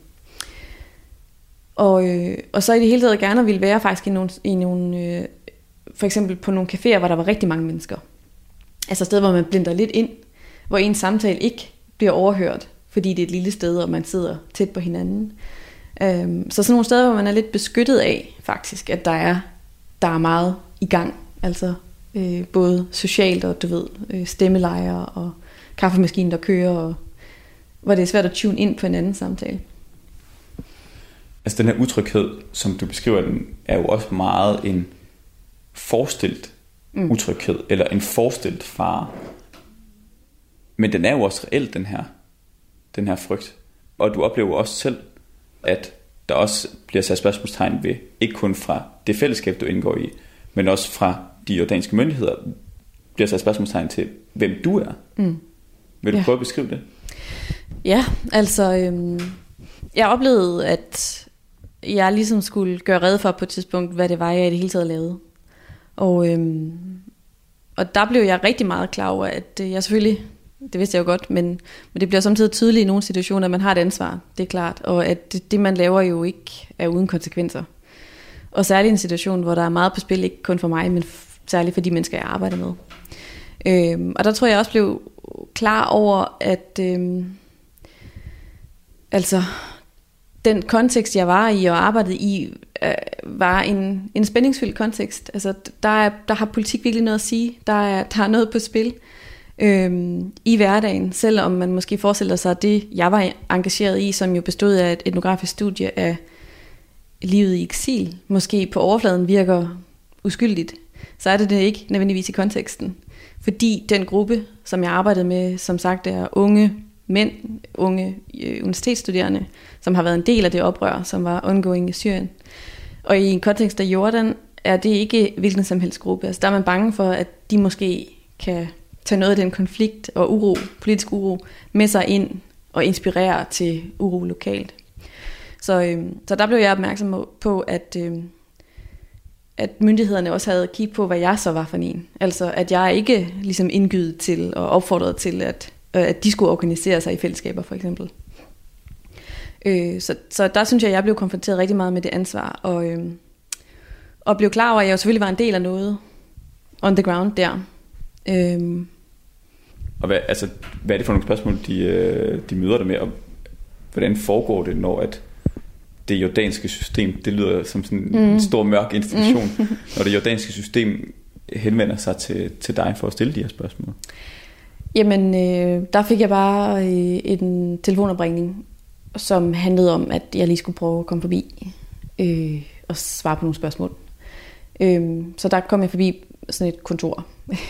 Og, øh, og så i det hele taget gerne ville være faktisk i nogle, i nogle øh, for eksempel på nogle caféer, hvor der var rigtig mange mennesker. Altså et sted, hvor man blinder lidt ind, hvor ens samtale ikke bliver overhørt, fordi det er et lille sted, og man sidder tæt på hinanden. Øhm, så sådan nogle steder, hvor man er lidt beskyttet af, faktisk, at der er, der er meget i gang. Altså øh, både socialt og, du ved, øh, stemmelejre og kaffemaskinen, der kører, og hvor det er svært at tune ind på en anden samtale. Altså den her utryghed, som du beskriver den, er jo også meget en forestillet mm. utryghed, eller en forestillet fare. Men den er jo også reelt, den her, den her frygt. Og du oplever også selv, at der også bliver sat spørgsmålstegn ved, ikke kun fra det fællesskab, du indgår i, men også fra de jordanske myndigheder, bliver sat spørgsmålstegn til, hvem du er. Mm. Vil du ja. prøve at beskrive det? Ja, altså, øhm, jeg oplevede, at jeg ligesom skulle gøre rede for på et tidspunkt, hvad det var, jeg i det hele taget lavede. Og, øhm, og der blev jeg rigtig meget klar over, at jeg selvfølgelig, det vidste jeg jo godt, men, men det bliver samtidig tydeligt i nogle situationer, at man har et ansvar, det er klart, og at det, det man laver jo ikke er uden konsekvenser. Og særligt i en situation, hvor der er meget på spil, ikke kun for mig, men særligt for de mennesker, jeg arbejder med. Øhm, og der tror jeg også blev klar over, at øhm, altså den kontekst, jeg var i og arbejdede i, øh, var en, en spændingsfyldt kontekst. Altså der, er, der har politik virkelig noget at sige. Der er, der er noget på spil øhm, i hverdagen, selvom man måske forestiller sig det, jeg var engageret i, som jo bestod af et etnografisk studie af livet i eksil, måske på overfladen virker uskyldigt, så er det det ikke nødvendigvis i konteksten. Fordi den gruppe, som jeg arbejdede med, som sagt er unge mænd, unge øh, universitetsstuderende, som har været en del af det oprør, som var ongoing i Syrien. Og i en kontekst af Jordan er det ikke hvilken som helst gruppe. Altså der er man bange for, at de måske kan tage noget af den konflikt og uro, politisk uro, med sig ind og inspirere til uro lokalt. Så, øh, så der blev jeg opmærksom på, at, øh, at myndighederne også havde kigget på, hvad jeg så var for en. Altså at jeg ikke ligesom indgydet til og opfordret til, at, øh, at de skulle organisere sig i fællesskaber for eksempel. Øh, så, så der synes jeg, at jeg blev konfronteret rigtig meget med det ansvar, og, øh, og blev klar over, at jeg jo selvfølgelig var en del af noget on the ground der. Øh. Og hvad, altså, hvad er det for nogle spørgsmål, de, de møder dig med, og hvordan foregår det, når at det jordanske system, det lyder som sådan mm. en stor mørk institution, mm. når det jordanske system henvender sig til, til dig for at stille de her spørgsmål? Jamen, øh, der fik jeg bare øh, en telefonopringning, som handlede om, at jeg lige skulle prøve at komme forbi øh, og svare på nogle spørgsmål. Øh, så der kom jeg forbi sådan et kontor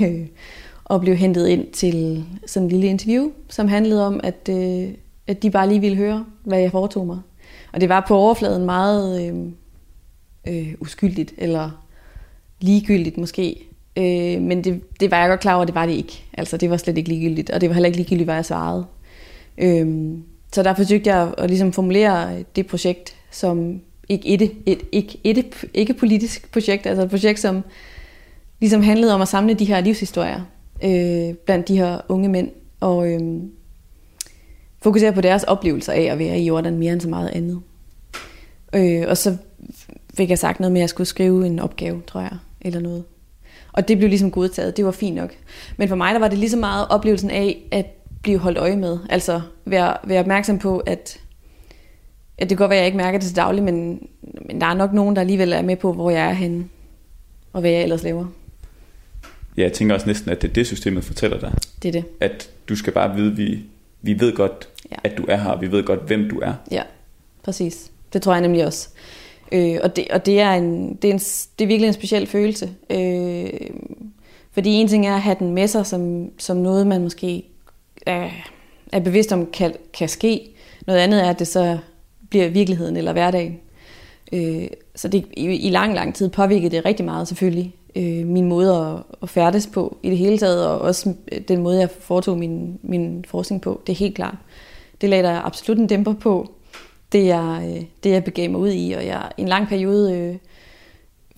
og blev hentet ind til sådan en lille interview, som handlede om, at, øh, at de bare lige ville høre, hvad jeg foretog mig. Og det var på overfladen meget øh, øh, uskyldigt, eller ligegyldigt måske. Øh, men det, det var jeg godt klar over, det var det ikke. Altså det var slet ikke ligegyldigt, og det var heller ikke ligegyldigt, hvad jeg svarede. Øh, så der forsøgte jeg at ligesom formulere det projekt som ikke et, et, et, et, ikke politisk projekt, altså et projekt, som ligesom handlede om at samle de her livshistorier øh, blandt de her unge mænd, og øh, fokusere på deres oplevelser af at være i Jordan mere end så meget andet. Øh, og så fik jeg sagt noget med, at jeg skulle skrive en opgave, tror jeg, eller noget. Og det blev ligesom godtaget, det var fint nok. Men for mig der var det lige så meget oplevelsen af at blive holdt øje med. Altså være, være opmærksom på, at, at det kan godt være, at jeg ikke mærker det til daglig, men, men der er nok nogen, der alligevel er med på, hvor jeg er henne, og hvad jeg ellers laver. Ja, jeg tænker også næsten, at det er det, systemet fortæller dig. Det er det. At du skal bare vide, vi, vi ved godt, ja. at du er her, og vi ved godt, hvem du er. Ja, præcis. Det tror jeg nemlig også. Øh, og det, og det, er en, det, er en, det er virkelig en speciel følelse. Øh, fordi en ting er at have den med sig, som, som noget, man måske er, er bevidst om, kan, kan ske. Noget andet er, at det så bliver virkeligheden eller hverdagen. Øh, så det i, i lang, lang tid påvirkede det rigtig meget selvfølgelig. Øh, min måde at, at færdes på i det hele taget, og også den måde, jeg foretog min, min forskning på. Det er helt klart. Det lagde der absolut en dæmper på. Det jeg, det jeg begav mig ud i, og jeg i en lang periode øh,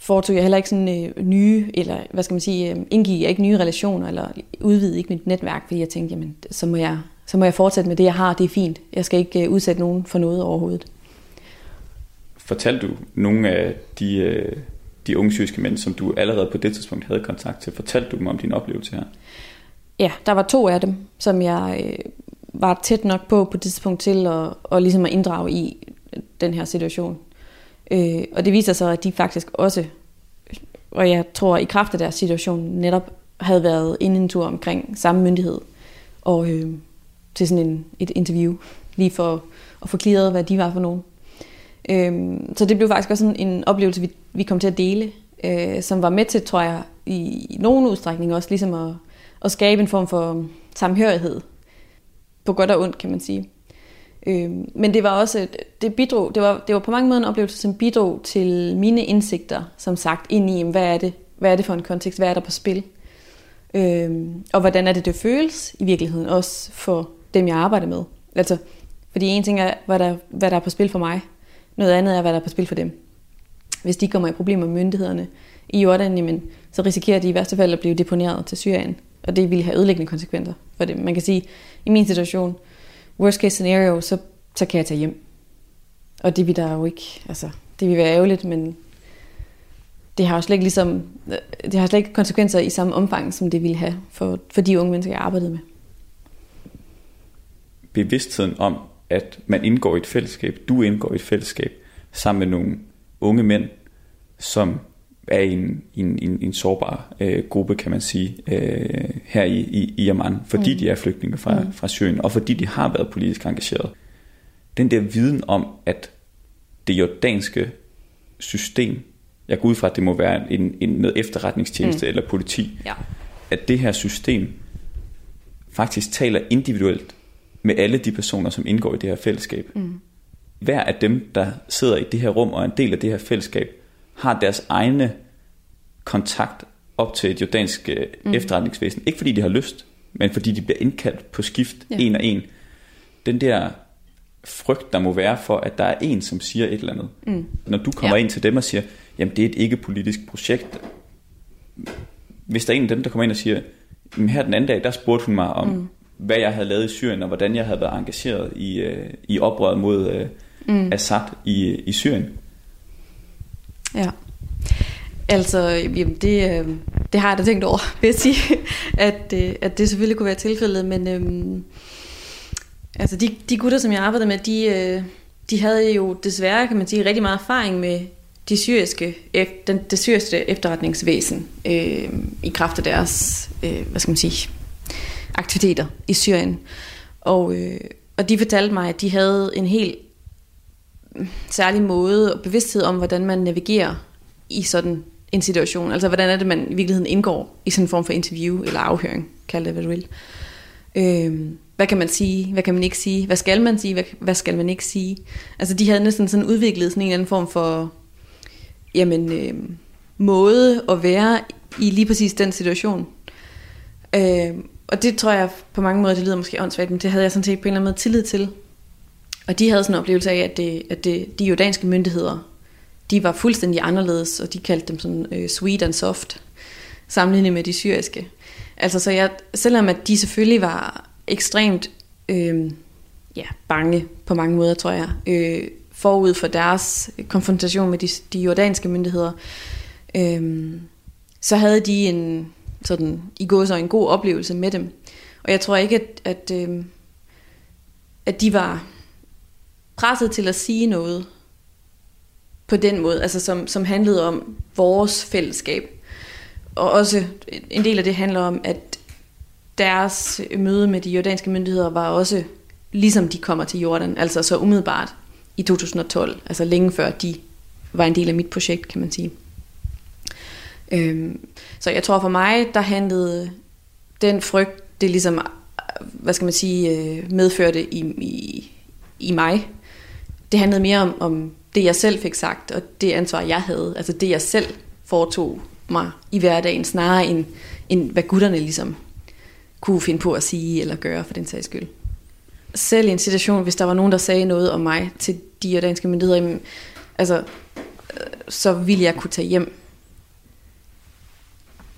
foretog jeg heller ikke sådan øh, nye, eller hvad skal man sige, øh, indgik jeg ikke nye relationer, eller udvidede ikke mit netværk, fordi jeg tænkte, jamen, så må jeg, så må jeg fortsætte med det, jeg har, det er fint. Jeg skal ikke øh, udsætte nogen for noget overhovedet. Fortalte du nogle af de, øh, de unge syriske mænd, som du allerede på det tidspunkt havde kontakt til, fortalte du dem om din oplevelse her? Ja, der var to af dem, som jeg øh, var tæt nok på på det tidspunkt til at, og ligesom at inddrage i den her situation. Øh, og det viser sig, at de faktisk også, og jeg tror i kraft af deres situation, netop havde været inde en tur omkring samme myndighed, og øh, til sådan en, et interview, lige for at få clearet, hvad de var for nogen. Øh, så det blev faktisk også sådan en oplevelse, vi, vi kom til at dele, øh, som var med til, tror jeg, i, i nogen udstrækning også, ligesom at, at skabe en form for samhørighed, på godt og ondt, kan man sige. Men det var også, det bidrog, det var, det var på mange måder en oplevelse, som bidrog til mine indsigter, som sagt, ind i, hvad er det, hvad er det for en kontekst, hvad er der på spil, øhm, og hvordan er det, det føles i virkeligheden, også for dem, jeg arbejder med. Altså, fordi en ting er, hvad der, hvad der er på spil for mig, noget andet er, hvad der er på spil for dem. Hvis de kommer i problemer med myndighederne i Jordan, jamen, så risikerer de i værste fald at blive deponeret til Syrien, og det ville have ødelæggende konsekvenser for dem. Man kan sige, i min situation, worst case scenario, så, så kan jeg tage hjem. Og det vil der jo ikke, altså, det vil være ærgerligt, men det har jo slet ikke ligesom, det har slet ikke konsekvenser i samme omfang, som det ville have for, for de unge mennesker, jeg arbejdede med. Bevidstheden om, at man indgår i et fællesskab, du indgår i et fællesskab, sammen med nogle unge mænd, som er i en, en, en, en sårbar øh, gruppe, kan man sige, øh, her i, i, i Amman, fordi mm. de er flygtninge fra, mm. fra Syrien, og fordi de har været politisk engageret. Den der viden om, at det jordanske system, jeg går ud fra, at det må være en, en, noget efterretningstjeneste mm. eller politi, ja. At det her system faktisk taler individuelt med alle de personer, som indgår i det her fællesskab. Mm. Hver af dem, der sidder i det her rum og er en del af det her fællesskab, har deres egne kontakt op til et jordansk mm. efterretningsvæsen. Ikke fordi de har lyst, men fordi de bliver indkaldt på skift ja. en og en. Den der frygt, der må være for, at der er en, som siger et eller andet. Mm. Når du kommer ja. ind til dem og siger, jamen det er et ikke-politisk projekt. Hvis der er en af dem, der kommer ind og siger, jamen her den anden dag, der spurgte hun mig om, mm. hvad jeg havde lavet i Syrien, og hvordan jeg havde været engageret i, uh, i oprøret mod uh, mm. Assad i, i Syrien. Ja, altså jamen det, det har jeg da tænkt over, vil jeg sige, at, at det selvfølgelig kunne være tilfældet, men øhm, altså de, de gutter, som jeg arbejdede med, de, de havde jo desværre, kan man sige, rigtig meget erfaring med de syriske, den, det syriske efterretningsvæsen øh, i kraft af deres, øh, hvad skal man sige, aktiviteter i Syrien, og, øh, og de fortalte mig, at de havde en helt særlig måde og bevidsthed om, hvordan man navigerer i sådan en situation. Altså, hvordan er det, man i virkeligheden indgår i sådan en form for interview eller afhøring, kald det, hvad du vil. Øhm, hvad kan man sige? Hvad kan man ikke sige? Hvad skal man sige? Hvad, hvad skal man ikke sige? Altså, de havde næsten sådan udviklet sådan en eller anden form for jamen, øh, måde at være i lige præcis den situation. Øhm, og det tror jeg på mange måder, det lyder måske åndssvagt, men det havde jeg sådan set på en eller anden måde tillid til. Og de havde sådan en oplevelse af, at, det, at det, de jordanske myndigheder, de var fuldstændig anderledes, og de kaldte dem sådan øh, sweet and soft, sammenlignet med de syriske. Altså så jeg, selvom at de selvfølgelig var ekstremt øh, ja, bange på mange måder, tror jeg, øh, forud for deres konfrontation med de, de jordanske myndigheder, øh, så havde de en sådan i går så en god oplevelse med dem. Og jeg tror ikke, at, at, øh, at de var presset til at sige noget på den måde, altså som, som handlede om vores fællesskab. Og også en del af det handler om, at deres møde med de jordanske myndigheder var også, ligesom de kommer til Jordan, altså så umiddelbart i to tusind og tolv, altså længe før de var en del af mit projekt, kan man sige. Øhm, så jeg tror for mig, der handlede den frygt, det ligesom, hvad skal man sige, medførte i, i, i mig. Det handlede mere om, om det, jeg selv fik sagt, og det ansvar, jeg havde. Altså det, jeg selv foretog mig i hverdagen, snarere end, end hvad gutterne ligesom kunne finde på at sige eller gøre, for den sags skyld. Selv i en situation, hvis der var nogen, der sagde noget om mig til de jordanske myndigheder, altså, så ville jeg kunne tage hjem.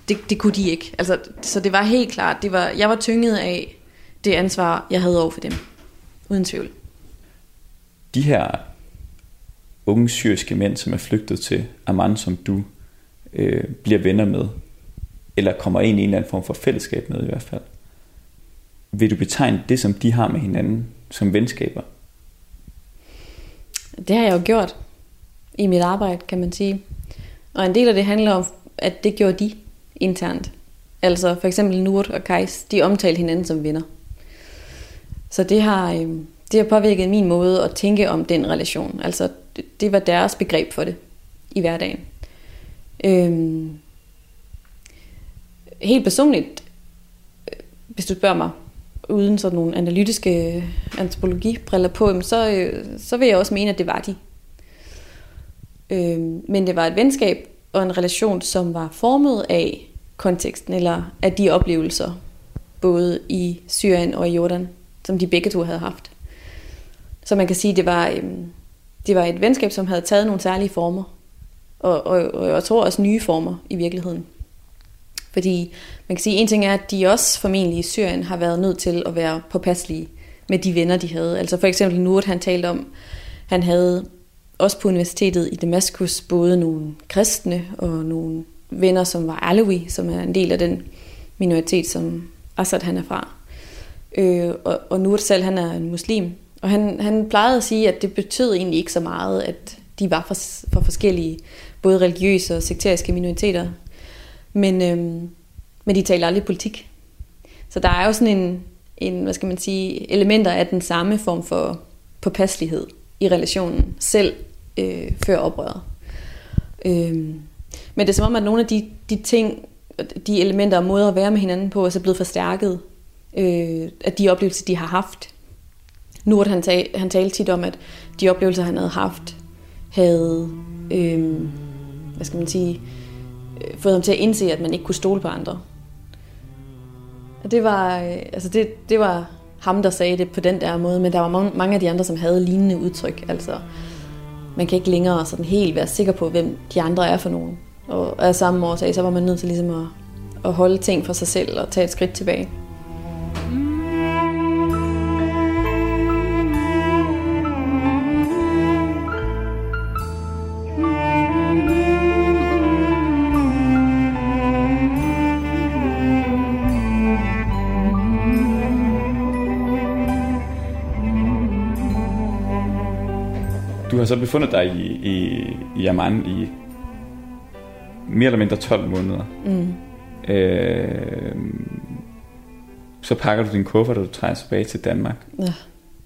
det, det kunne de ikke. Altså, så det var helt klart, det var, jeg var tynget af det ansvar, jeg havde over for dem. Uden tvivl. De her unge syriske mænd, som er flygtet til Amman, som du øh, bliver venner med, eller kommer ind i en eller anden form for fællesskab med i hvert fald. Vil du betegne det, som de har med hinanden, som venskaber? Det har jeg jo gjort i mit arbejde, kan man sige. Og en del af det handler om, at det gjorde de internt. Altså for eksempel Nurt og Kajs, de omtalte hinanden som venner. Så det har, øh, det har påvirket min måde at tænke om den relation. Altså det, det var deres begreb for det i hverdagen. Øhm, helt personligt, hvis du spørger mig, uden sådan nogle analytiske antropologibriller på, så, så vil jeg også mene, at det var de. Øhm, men det var et venskab og en relation, som var formet af konteksten, eller af de oplevelser, både i Syrien og i Jordan, som de begge to havde haft. Så man kan sige, at det var, øhm, det var et venskab, som havde taget nogle særlige former, og, og, og jeg tror også nye former i virkeligheden. Fordi man kan sige, en ting er, at de også formentlig i Syrien har været nødt til at være påpasselige med de venner, de havde. Altså for eksempel Nurt, han talte om, han havde også på universitetet i Damaskus både nogle kristne og nogle venner, som var Alawi, som er en del af den minoritet, som Assad han er fra. Øh, og, og Nurt selv, han er en muslim. Og han, han plejede at sige, at det betød egentlig ikke så meget, at de var for, for forskellige, både religiøse og sekteriske minoriteter. Men, øhm, men de taler aldrig politik. Så der er jo sådan en, en, hvad skal man sige, elementer af den samme form for påpasselighed i relationen, selv øh, før oprøret. Øhm, men det er som om, at nogle af de, de ting, de elementer og måder at være med hinanden på, er så blevet forstærket øh, af de oplevelser, de har haft. Nurt, han, tal, han talte tit om, at de oplevelser, han havde haft, havde, øh, hvad skal man sige, fået ham til at indse, at man ikke kunne stole på andre. Og det var, altså det, det var ham, der sagde det på den der måde, men der var mange, mange af de andre, som havde lignende udtryk. Altså, man kan ikke længere sådan helt være sikker på, hvem de andre er for nogen. Og af samme årsag, så var man nødt til ligesom at, at holde ting for sig selv og tage et skridt tilbage. Du har så befundet dig i, i, i Amman i mere eller mindre tolv måneder. Mm. Øh, så pakker du din kuffert, og du træder tilbage til Danmark. Ja.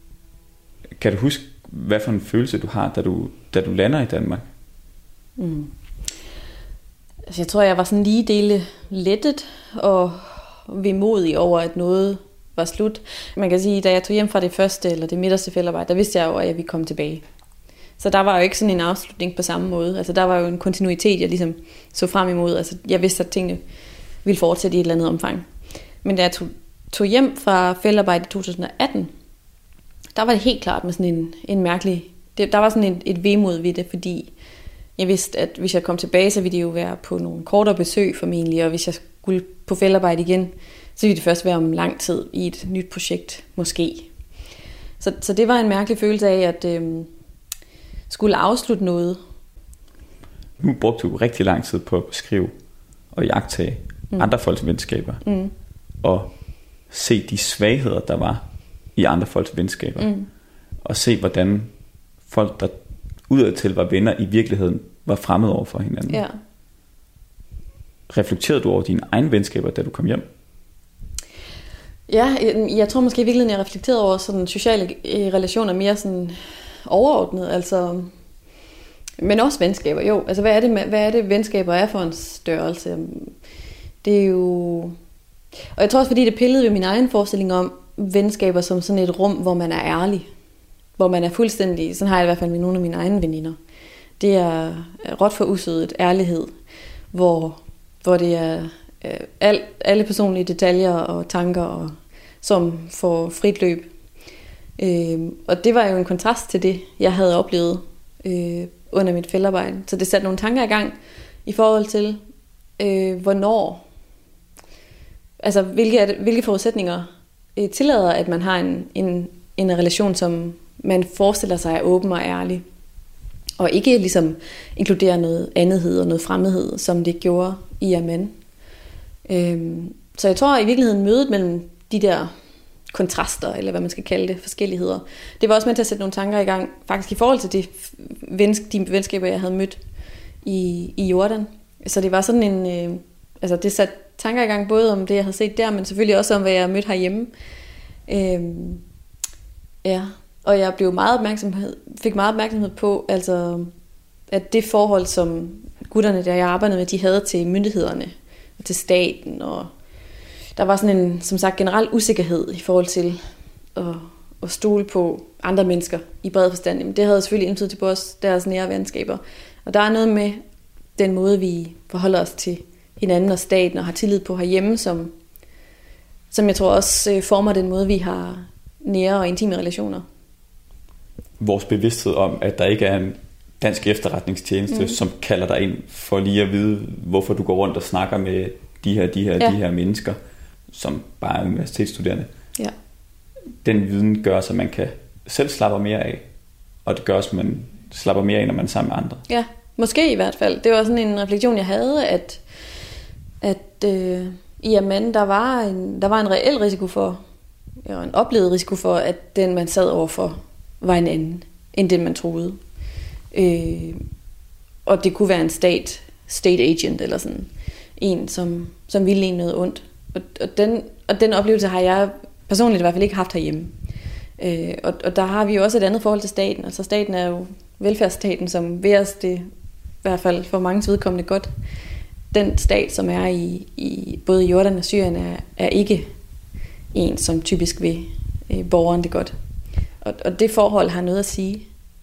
Kan du huske, hvad for en følelse du har, da du, da du lander i Danmark? Mm. Altså, jeg tror, jeg var sådan lige dele lettet og vemodig over, at noget var slut. Man kan sige, da jeg tog hjem fra det første eller det midterste feltarbejde, der vidste jeg jo, at jeg ville komme tilbage. Så der var jo ikke sådan en afslutning på samme måde. Altså der var jo en kontinuitet, jeg ligesom så frem imod. Altså jeg vidste, at tingene ville fortsætte i et eller andet omfang. Men da jeg tog, tog hjem fra feltarbejde i to tusind og atten, der var det helt klart med sådan en, en mærkelig... Det, der var sådan et, et vemod ved det, fordi jeg vidste, at hvis jeg kom tilbage, så ville det jo være på nogle kortere besøg formentlig, og hvis jeg skulle på feltarbejde igen, så ville det først være om lang tid i et nyt projekt, måske. Så, så det var en mærkelig følelse af, at... Øhm, skulle afslutte noget. Nu brugte du rigtig lang tid på at skrive og iagttage mm. andre folks venskaber. Mm. Og se de svagheder, der var i andre folks venskaber. Mm. Og se, hvordan folk, der udadtil var venner, i virkeligheden var fremmede over for hinanden. Ja. Reflekterede du over dine egne venskaber, da du kom hjem? Ja, jeg, jeg tror måske i virkeligheden, jeg reflekterede over sådan sociale relationer mere sådan... overordnet, altså, men også venskaber, jo. Altså, hvad er det, hvad er det venskaber er for en størrelse? Det er jo... Og jeg tror også, fordi det pillede ved min egen forestilling om venskaber som sådan et rum, hvor man er ærlig. Hvor man er fuldstændig... Sådan har jeg i hvert fald med nogle af mine egne veninder. Det er råt for usødet ærlighed, hvor, hvor det er øh, al, alle personlige detaljer og tanker, og, som får frit løb. Øh, og det var jo en kontrast til det, jeg havde oplevet øh, under mit feltarbejde. Så det satte nogle tanker i gang i forhold til, øh, hvornår altså hvilke, er det, hvilke forudsætninger øh, tillader, at man har en, en, en relation, som man forestiller sig er åben og ærlig, og ikke ligesom inkluderer noget andethed og noget fremmedhed, som det gjorde i Amman. Øhm, så jeg tror i virkeligheden mødet mellem de der kontraster, eller hvad man skal kalde det, forskelligheder, det var også med til at sætte nogle tanker i gang, faktisk i forhold til de, de venskaber, jeg havde mødt i, i Jordan. Så det var sådan en, øh, altså det satte tanker i gang, både om det, jeg havde set der, men selvfølgelig også om, hvad jeg har mødt herhjemme. Øhm, ja, og jeg blev meget opmærksomhed, fik meget opmærksomhed på, altså, at det forhold, som gutterne, der jeg arbejdede med, de havde til myndighederne, og til staten, og der var sådan en, som sagt, generel usikkerhed i forhold til at, at stole på andre mennesker i bred forstand. Men det havde selvfølgelig indflydelse på os, deres nære venskaber. Og der er noget med den måde, vi forholder os til hinanden og staten og har tillid på herhjemme, som, som jeg tror også former den måde, vi har nære og intime relationer. Vores bevidsthed om, at der ikke er en dansk efterretningstjeneste, mm. som kalder dig ind for lige at vide, hvorfor du går rundt og snakker med de her, de her, ja. de her mennesker, som bare er universitetsstuderende. Ja. Den viden gør, så man kan selv slappe mere af, og det gør, så man slapper mere af, når man er sammen med andre. Ja, måske i hvert fald. Det var sådan en refleksion, jeg havde, at, at øh, i Amman, der var en, der var en reel risiko for, ja, en oplevet risiko for, at den, man sad overfor, var en anden, end den, man troede. Øh, og det kunne være en state, state agent, eller sådan en, som, som ville en noget ondt. Og, og, den, og den oplevelse har jeg personligt i hvert fald ikke haft herhjemme. Øh, og, og der har vi jo også et andet forhold til staten. Altså staten er jo velfærdsstaten, som ved os det, i hvert fald for mange vedkommende godt. Den stat, som er i, i både Jordan og Syrien, er, er ikke en, som typisk vil øh, borgeren det godt. Og, og det forhold har noget at sige.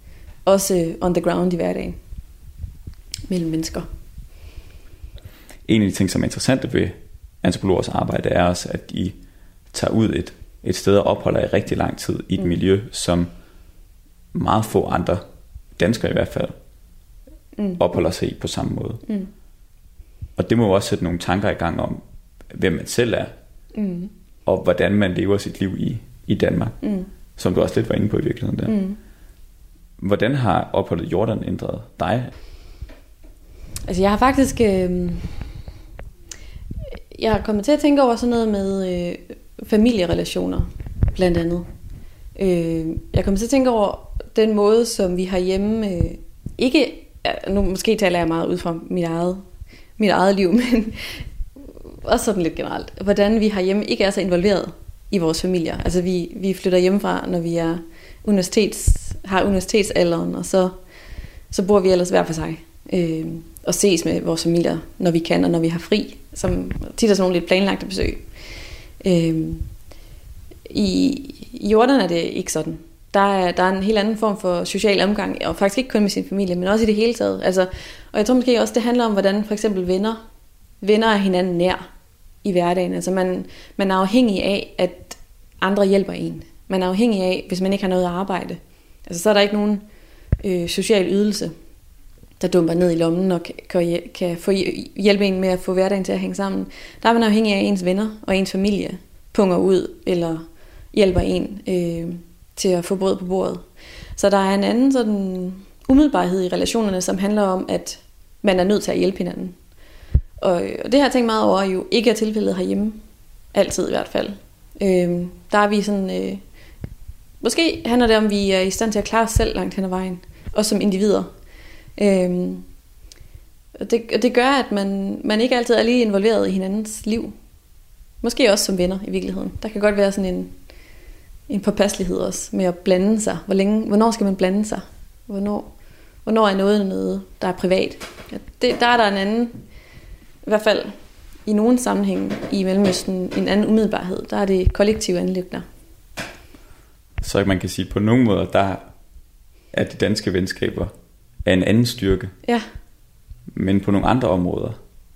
Også on the ground i hverdagen. Mellem mennesker. En af de ting, som er interessante ved antropologers arbejde, er også, at I tager ud et, et sted og opholder i rigtig lang tid i et mm. miljø, som meget få andre, danskere i hvert fald, mm. opholder sig i på samme måde. Mm. Og det må jo også sætte nogle tanker i gang om, hvem man selv er, mm. og hvordan man lever sit liv i, i Danmark, mm. som du også lidt var inde på i virkeligheden der. Mm. Hvordan har opholdet i Jordan ændret dig? Altså jeg har faktisk øh, jeg har kommet til at tænke over sådan noget med øh, familierelationer blandt andet. Øh, jeg kommer til at tænke over den måde, som vi har hjemme øh, ikke, ja, nu måske taler jeg meget ud fra mit eget mit eget liv, men også sådan lidt generelt, hvordan vi har hjemme ikke er så involveret i vores familier. Altså vi vi flytter hjemmefra, når vi er universitets har universitetsalderen, og så så bor vi ellers hver for sig. Øh, og ses med vores familier, når vi kan, og når vi har fri, som tit er sådan nogle lidt planlagte besøg. Øh, i, I Jordan er det ikke sådan. Der er, der er en helt anden form for social omgang, og faktisk ikke kun med sin familie, men også i det hele taget. Altså, og jeg tror måske også, det handler om, hvordan for eksempel venner, venner er hinanden nær i hverdagen. Altså man, man er afhængig af, at andre hjælper en. Man er afhængig af, hvis man ikke har noget at arbejde. Altså så er der ikke nogen øh, social ydelse, der dumper ned i lommen og kan, kan få hjælpe en med at få hverdagen til at hænge sammen. Der er man afhængig af, at ens venner og ens familie punger ud eller hjælper en øh, til at få brød på bordet. Så der er en anden sådan umiddelbarhed i relationerne, som handler om, at man er nødt til at hjælpe hinanden. Og, og det har jeg tænkt meget over, jo ikke er tilfældet herhjemme. Altid i hvert fald. Øh, der er vi sådan... Øh, måske handler det om, at vi er i stand til at klare os selv langt hen ad vejen. Også som individer. Øhm, og, det, og det gør, at man, man ikke altid er lige involveret i hinandens liv. Måske også som venner i virkeligheden. Der kan godt være sådan en, en påpasselighed også med at blande sig. Hvor længe, hvornår skal man blande sig? Hvornår, hvornår er noget noget, der er privat? Ja, det, der er der en anden, i hvert fald i nogle sammenhæng i Mellemøsten, en anden umiddelbarhed. Der er det kollektive anliggender. Så man kan sige, på nogle måder, der er de danske venskaber af en anden styrke. Ja. Men på nogle andre områder,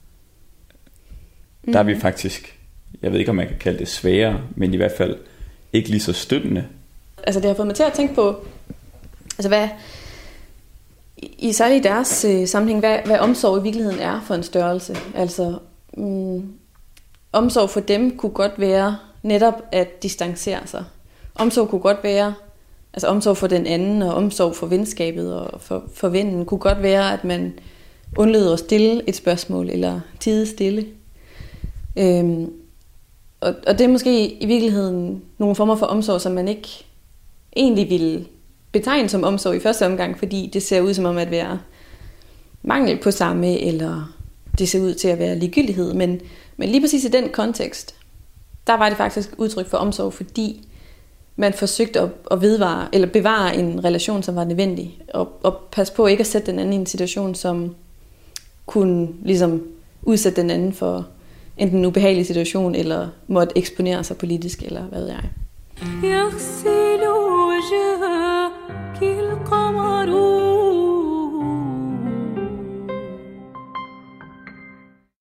mm. der er vi faktisk, jeg ved ikke om man kan kalde det sværere, men i hvert fald ikke lige så støttende. Altså det har fået mig til at tænke på, altså hvad, i særligt i deres øh, sammenhæng, hvad, hvad omsorg i virkeligheden er for en størrelse. Altså, mm, omsorg for dem kunne godt være netop at distancere sig. Omsorg kunne godt være, altså omsorg for den anden, og omsorg for venskabet og for, for vennen, kunne godt være, at man undlod at stille et spørgsmål, eller tide stille. Øhm, og, og det er måske i virkeligheden nogle former for omsorg, som man ikke egentlig ville betegne som omsorg i første omgang, fordi det ser ud som om at være mangel på samme, eller det ser ud til at være ligegyldighed. Men, men lige præcis i den kontekst, der var det faktisk udtryk for omsorg, fordi man forsøgte at, at vedvare, eller bevare en relation, som var nødvendig, og, og passe på ikke at sætte den anden i en situation, som kunne ligesom udsætte den anden for enten en ubehagelig situation, eller måtte eksponere sig politisk, eller hvad ved jeg.